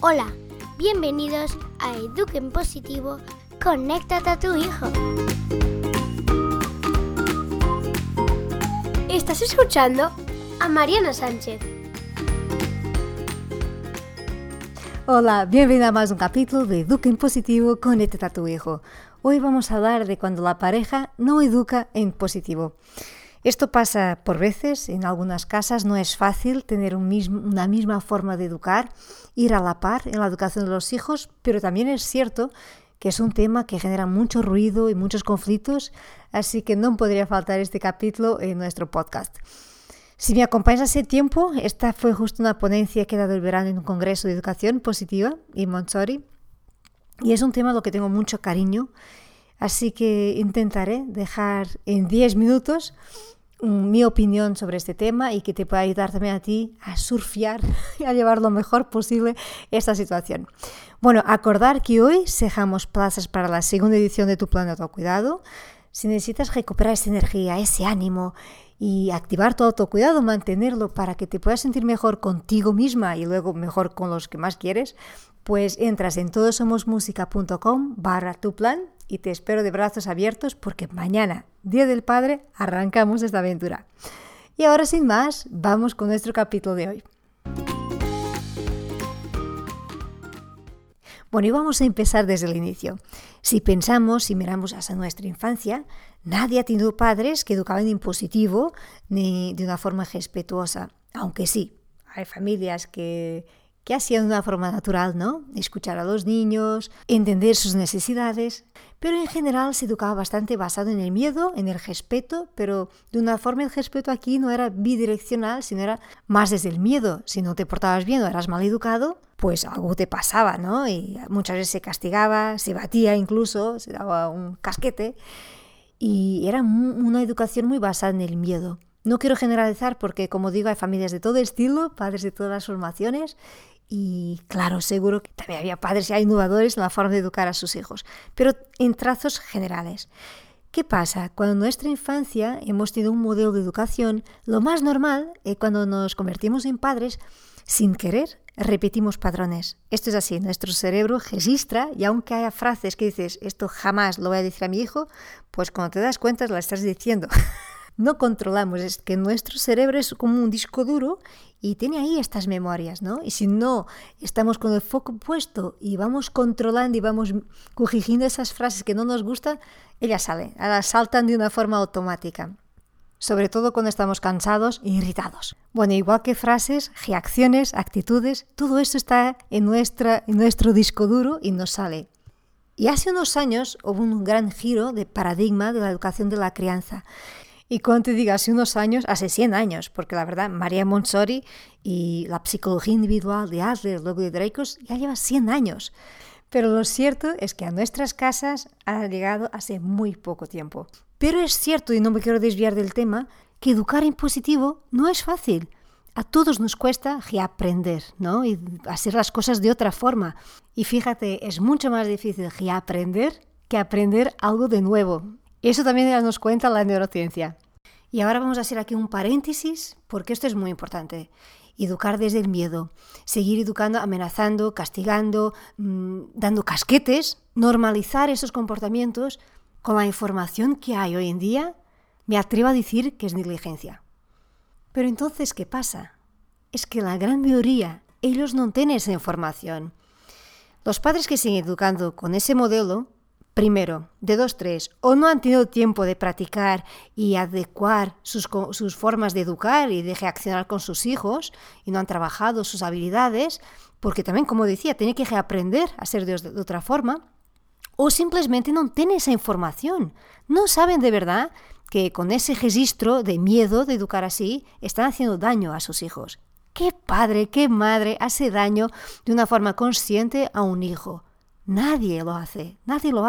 Hola, bienvenidos a Educa en Positivo, conéctate a tu hijo. Estás escuchando a Mariana Sánchez. Hola, bienvenida a más un capítulo de Educa en Positivo, conéctate a tu hijo. Hoy vamos a hablar de cuando la pareja no educa en positivo. Esto pasa por veces, en algunas casas no es fácil tener una misma forma de educar, ir a la par en la educación de los hijos, pero también es cierto que es un tema que genera mucho ruido y muchos conflictos, así que no podría faltar este capítulo en nuestro podcast. Si me acompañas hace tiempo, esta fue justo una ponencia que he dado el verano en un congreso de educación positiva en Montessori, y es un tema a lo que tengo mucho cariño, así que intentaré dejar en 10 minutos mi opinión sobre este tema y que te pueda ayudar también a ti a surfear y a llevar lo mejor posible esta situación. Bueno, acordar que hoy dejamos plazas para la segunda edición de tu plan de autocuidado. Si necesitas recuperar esa energía, ese ánimo y activar tu autocuidado, mantenerlo para que te puedas sentir mejor contigo misma y luego mejor con los que más quieres, pues entras en todosomosmusica.com/tuplan y te espero de brazos abiertos porque mañana, Día del Padre, arrancamos esta aventura. Y ahora sin más, vamos con nuestro capítulo de hoy. Bueno, y vamos a empezar desde el inicio. Si miramos hacia nuestra infancia, nadie ha tenido padres que educaban en positivo ni de una forma respetuosa. Aunque sí, hay familias que hacían de una forma natural, ¿no? Escuchar a los niños, entender sus necesidades. Pero en general se educaba bastante basado en el miedo, en el respeto, pero de una forma el respeto aquí no era bidireccional, sino era más desde el miedo. Si no te portabas bien o eras mal educado, pues algo te pasaba, ¿no? Y muchas veces se castigaba, se batía incluso, se daba un casquete. Y era una educación muy basada en el miedo. No quiero generalizar porque, como digo, hay familias de todo estilo, padres de todas las formaciones. Y claro, seguro que también había padres ya innovadores en la forma de educar a sus hijos, pero en trazos generales. ¿Qué pasa? Cuando en nuestra infancia hemos tenido un modelo de educación, lo más normal es cuando nos convertimos en padres, sin querer, repetimos patrones. Esto es así, nuestro cerebro registra y aunque haya frases que dices, esto jamás lo voy a decir a mi hijo, pues cuando te das cuenta lo estás diciendo. No controlamos, es que nuestro cerebro es como un disco duro y tiene ahí estas memorias, ¿no? Y si no estamos con el foco puesto y vamos controlando y vamos corrigiendo esas frases que no nos gustan, ellas saltan de una forma automática. Sobre todo cuando estamos cansados e irritados. Bueno, igual que frases, reacciones, actitudes, todo esto está en nuestro disco duro y nos sale. Y hace unos años hubo un gran giro de paradigma de la educación de la crianza. Y cuando te digo hace unos años, hace 100 años, porque la verdad, María Montessori y la psicología individual de Adler, luego de Dreyfus, ya lleva 100 años. Pero lo cierto es que a nuestras casas ha llegado hace muy poco tiempo. Pero es cierto, y no me quiero desviar del tema, que educar en positivo no es fácil. A todos nos cuesta reaprender, ¿no? Y hacer las cosas de otra forma. Y fíjate, es mucho más difícil reaprender que aprender algo de nuevo. Eso también nos cuenta la neurociencia. Y ahora vamos a hacer aquí un paréntesis, porque esto es muy importante. Educar desde el miedo, seguir educando, amenazando, castigando, dando casquetes, normalizar esos comportamientos con la información que hay hoy en día, me atrevo a decir que es negligencia. Pero entonces, ¿qué pasa? Es que la gran mayoría, ellos no tienen esa información. Los padres que siguen educando con ese modelo, primero, de 2-3, o no han tenido tiempo de practicar y adecuar sus formas de educar y de reaccionar con sus hijos y no han trabajado sus habilidades, porque también, como decía, tienen que reaprender a ser de otra forma, o simplemente no tienen esa información. No saben de verdad que con ese registro de miedo de educar así están haciendo daño a sus hijos. ¿Qué padre, qué madre hace daño de una forma consciente a un hijo? Nadie lo hace.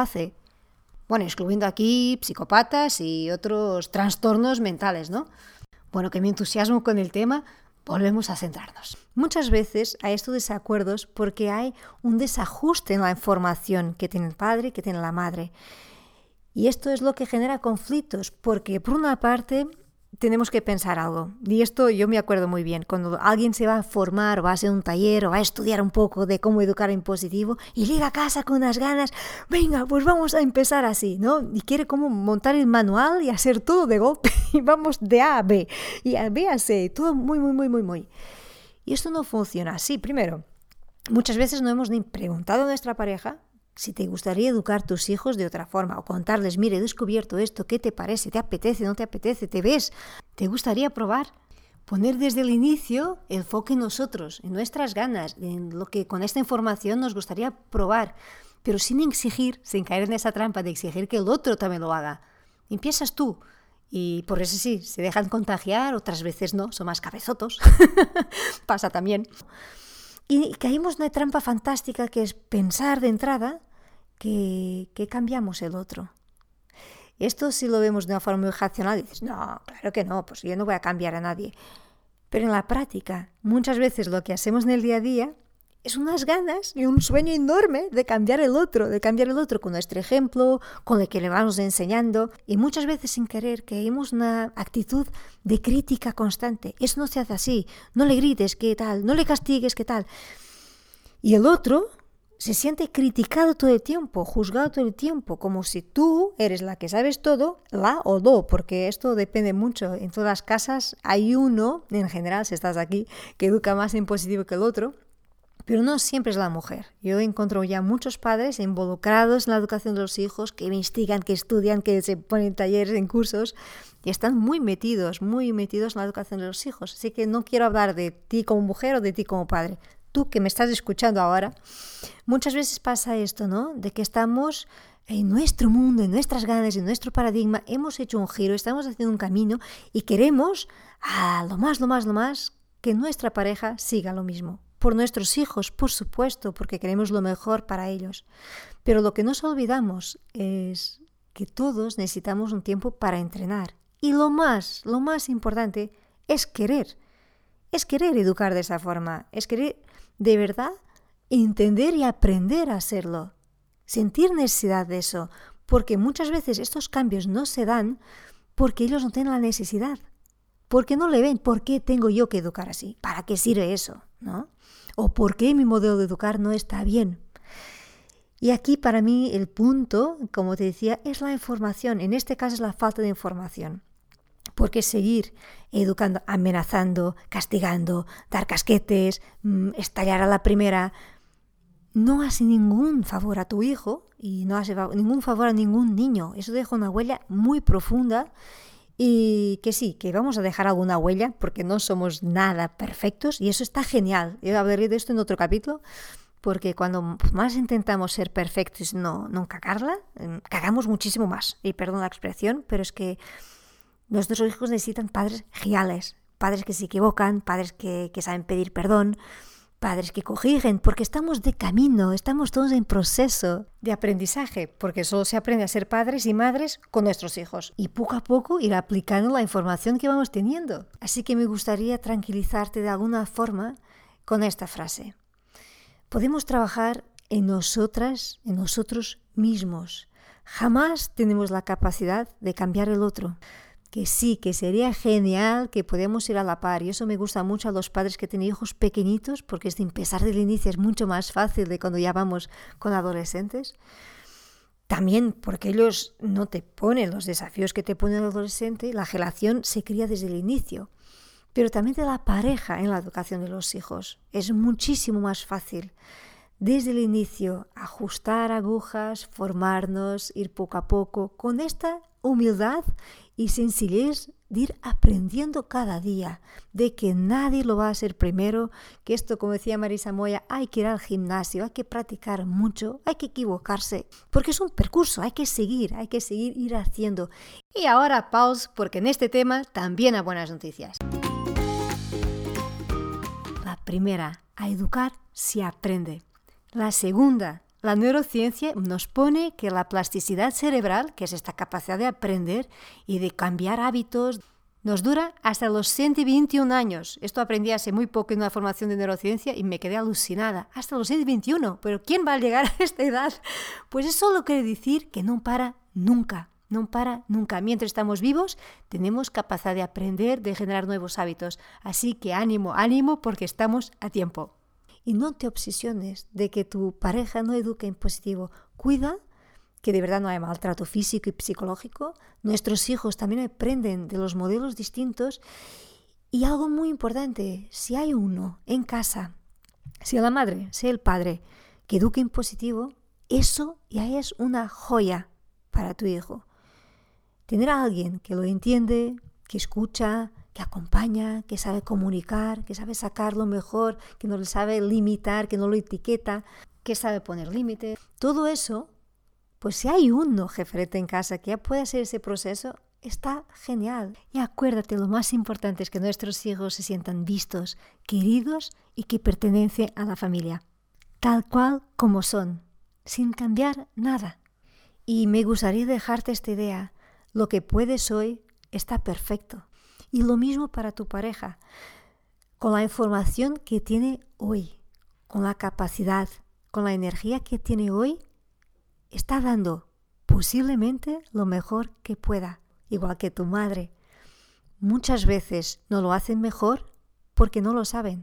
Bueno, excluyendo aquí psicópatas y otros trastornos mentales, ¿no? Bueno, que mi entusiasmo con el tema, volvemos a centrarnos. Muchas veces hay estos desacuerdos porque hay un desajuste en la información que tiene el padre y que tiene la madre. Y esto es lo que genera conflictos, porque por una parte tenemos que pensar algo. Y esto yo me acuerdo muy bien. Cuando alguien se va a formar o va a hacer un taller o va a estudiar un poco de cómo educar en positivo y llega a casa con unas ganas, venga, pues vamos a empezar así, ¿no? Y quiere como montar el manual y hacer todo de golpe y vamos de A a B y a B a C, todo muy. Y esto no funciona así. Primero, muchas veces no hemos ni preguntado a nuestra pareja si te gustaría educar a tus hijos de otra forma o contarles, mire, he descubierto esto, ¿qué te parece? ¿Te apetece? ¿No te apetece? ¿Te ves? ¿Te gustaría probar? Poner desde el inicio el foco en nosotros, en nuestras ganas, en lo que con esta información nos gustaría probar, pero sin exigir, sin caer en esa trampa de exigir que el otro también lo haga. Empiezas tú. Y por eso sí, se dejan contagiar, otras veces no, son más cabezotos. Pasa también. Y caímos en una trampa fantástica que es pensar de entrada que cambiamos el otro. Esto si lo vemos de una forma muy racional, dices, no, claro que no, pues yo no voy a cambiar a nadie. Pero en la práctica, muchas veces lo que hacemos en el día a día es unas ganas y un sueño enorme de cambiar el otro con nuestro ejemplo, con lo que le vamos enseñando. Y muchas veces sin querer caemos una actitud de crítica constante. Eso no se hace así, no le grites, ¿qué tal? No le castigues, ¿qué tal? Y el otro se siente criticado todo el tiempo, juzgado todo el tiempo, como si tú eres la que sabes todo, la o lo, porque esto depende mucho. En todas las casas hay uno, en general, si estás aquí, que educa más en positivo que el otro, pero no siempre es la mujer. Yo encuentro ya muchos padres involucrados en la educación de los hijos, que investigan, que estudian, que se ponen talleres, en cursos, y están muy metidos en la educación de los hijos. Así que no quiero hablar de ti como mujer o de ti como padre. Tú que me estás escuchando ahora, muchas veces pasa esto, ¿no? De que estamos en nuestro mundo, en nuestras ganas, en nuestro paradigma, hemos hecho un giro, estamos haciendo un camino y queremos lo más que nuestra pareja siga lo mismo. Por nuestros hijos, por supuesto, porque queremos lo mejor para ellos. Pero lo que nos olvidamos es que todos necesitamos un tiempo para entrenar. Y lo más importante es querer. Es querer educar de esa forma, es querer de verdad entender y aprender a hacerlo, sentir necesidad de eso, porque muchas veces estos cambios no se dan porque ellos no tienen la necesidad, porque no le ven por qué tengo yo que educar así, para qué sirve eso, ¿no? O por qué mi modelo de educar no está bien. Y aquí para mí el punto, como te decía, es la información, en este caso es la falta de información. Porque seguir educando, amenazando, castigando, dar casquetes, estallar a la primera, no hace ningún favor a tu hijo y no hace ningún favor a ningún niño. Eso deja una huella muy profunda y que sí, que vamos a dejar alguna huella porque no somos nada perfectos y eso está genial. Yo hablaré de esto en otro capítulo porque cuando más intentamos ser perfectos y no cagarla, cagamos muchísimo más. Y perdón la expresión, pero es que nuestros hijos necesitan padres reales, padres que se equivocan, padres que saben pedir perdón, padres que corrigen, porque estamos de camino, estamos todos en proceso de aprendizaje, porque solo se aprende a ser padres y madres con nuestros hijos y poco a poco ir aplicando la información que vamos teniendo. Así que me gustaría tranquilizarte de alguna forma con esta frase. Podemos trabajar en nosotras, en nosotros mismos. Jamás tenemos la capacidad de cambiar el otro. Que sí, que sería genial que podamos ir a la par y eso me gusta mucho a los padres que tienen hijos pequeñitos porque empezar del inicio es mucho más fácil de cuando ya vamos con adolescentes. También porque ellos no te ponen los desafíos que te pone el adolescente, la relación se cría desde el inicio. Pero también de la pareja en la educación de los hijos es muchísimo más fácil. Desde el inicio, ajustar agujas, formarnos, ir poco a poco, con esta humildad y sencillez de ir aprendiendo cada día, de que nadie lo va a hacer primero, que esto, como decía Marisa Moya, hay que ir al gimnasio, hay que practicar mucho, hay que equivocarse, porque es un percurso, hay que seguir ir haciendo. Y ahora pause, porque en este tema también hay buenas noticias. La primera, a educar se aprende. La segunda, la neurociencia nos pone que la plasticidad cerebral, que es esta capacidad de aprender y de cambiar hábitos, nos dura hasta los 121 años. Esto aprendí hace muy poco en una formación de neurociencia y me quedé alucinada. Hasta los 121, pero ¿quién va a llegar a esta edad? Pues eso solo quiere decir que no para nunca. No para nunca. Mientras estamos vivos, tenemos capacidad de aprender, de generar nuevos hábitos. Así que ánimo, ánimo, porque estamos a tiempo. Y no te obsesiones de que tu pareja no eduque en positivo. Cuida que de verdad no hay maltrato físico y psicológico. Nuestros hijos también aprenden de los modelos distintos. Y algo muy importante, si hay uno en casa, sea la madre, sea el padre, que eduque en positivo, eso ya es una joya para tu hijo. Tener a alguien que lo entiende, que escucha, que acompaña, que sabe comunicar, que sabe sacar lo mejor, que no le sabe limitar, que no lo etiqueta, que sabe poner límite. Todo eso, pues si hay uno referente en casa que ya puede hacer ese proceso, está genial. Y acuérdate, lo más importante es que nuestros hijos se sientan vistos, queridos y que pertenecen a la familia, tal cual como son, sin cambiar nada. Y me gustaría dejarte esta idea. Lo que puedes hoy está perfecto. Y lo mismo para tu pareja. Con la información que tiene hoy, con la capacidad, con la energía que tiene hoy, está dando posiblemente lo mejor que pueda. Igual que tu madre. Muchas veces no lo hacen mejor porque no lo saben.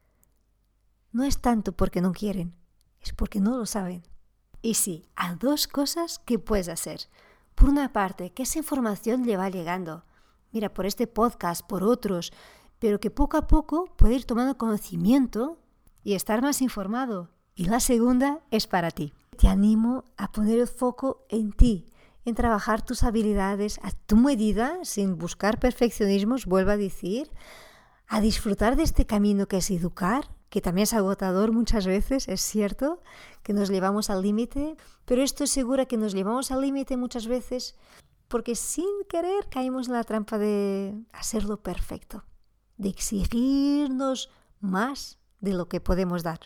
No es tanto porque no quieren, es porque no lo saben. Y sí, hay dos cosas que puedes hacer. Por una parte, que esa información le va llegando. Mira, por este podcast, por otros, pero que poco a poco puede ir tomando conocimiento y estar más informado. Y la segunda es para ti. Te animo a poner el foco en ti, en trabajar tus habilidades a tu medida, sin buscar perfeccionismos, vuelvo a decir, a disfrutar de este camino que es educar, que también es agotador muchas veces, es cierto, que nos llevamos al límite, pero estoy segura que nos llevamos al límite muchas veces porque sin querer caímos en la trampa de hacerlo perfecto, de exigirnos más de lo que podemos dar.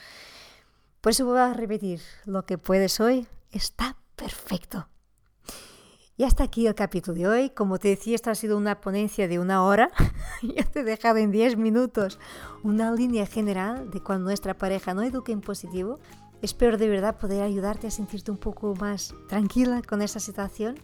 Por eso voy a repetir, lo que puedes hoy está perfecto. Y hasta aquí el capítulo de hoy. Como te decía, esta ha sido una ponencia de 1 hora. Ya te he dejado en 10 minutos una línea general de cuando nuestra pareja no educa en positivo. Espero de verdad poder ayudarte a sentirte un poco más tranquila con esa situación.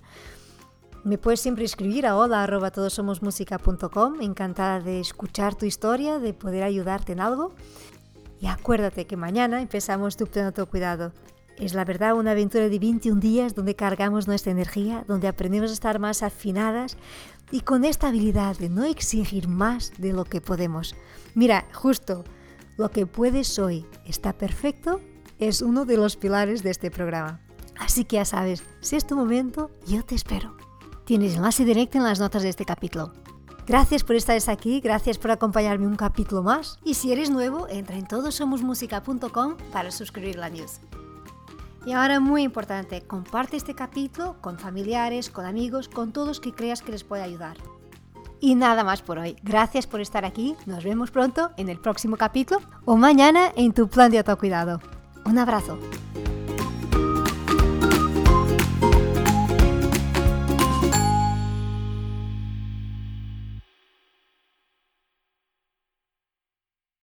Me puedes siempre escribir a hola@todosomosmusica.com. Encantada de escuchar tu historia, de poder ayudarte en algo. Y acuérdate que mañana empezamos tu pleno autocuidado. Es la verdad una aventura de 21 días donde cargamos nuestra energía, donde aprendemos a estar más afinadas y con esta habilidad de no exigir más de lo que podemos. Mira, justo lo que puedes hoy está perfecto es uno de los pilares de este programa. Así que ya sabes, si es tu momento, yo te espero. Tienes enlace directo en las notas de este capítulo. Gracias por estar aquí, gracias por acompañarme un capítulo más. Y si eres nuevo, entra en todosomosmusica.com para suscribir la news. Y ahora, muy importante, comparte este capítulo con familiares, con amigos, con todos que creas que les puede ayudar. Y nada más por hoy. Gracias por estar aquí. Nos vemos pronto en el próximo capítulo o mañana en tu plan de autocuidado. Un abrazo.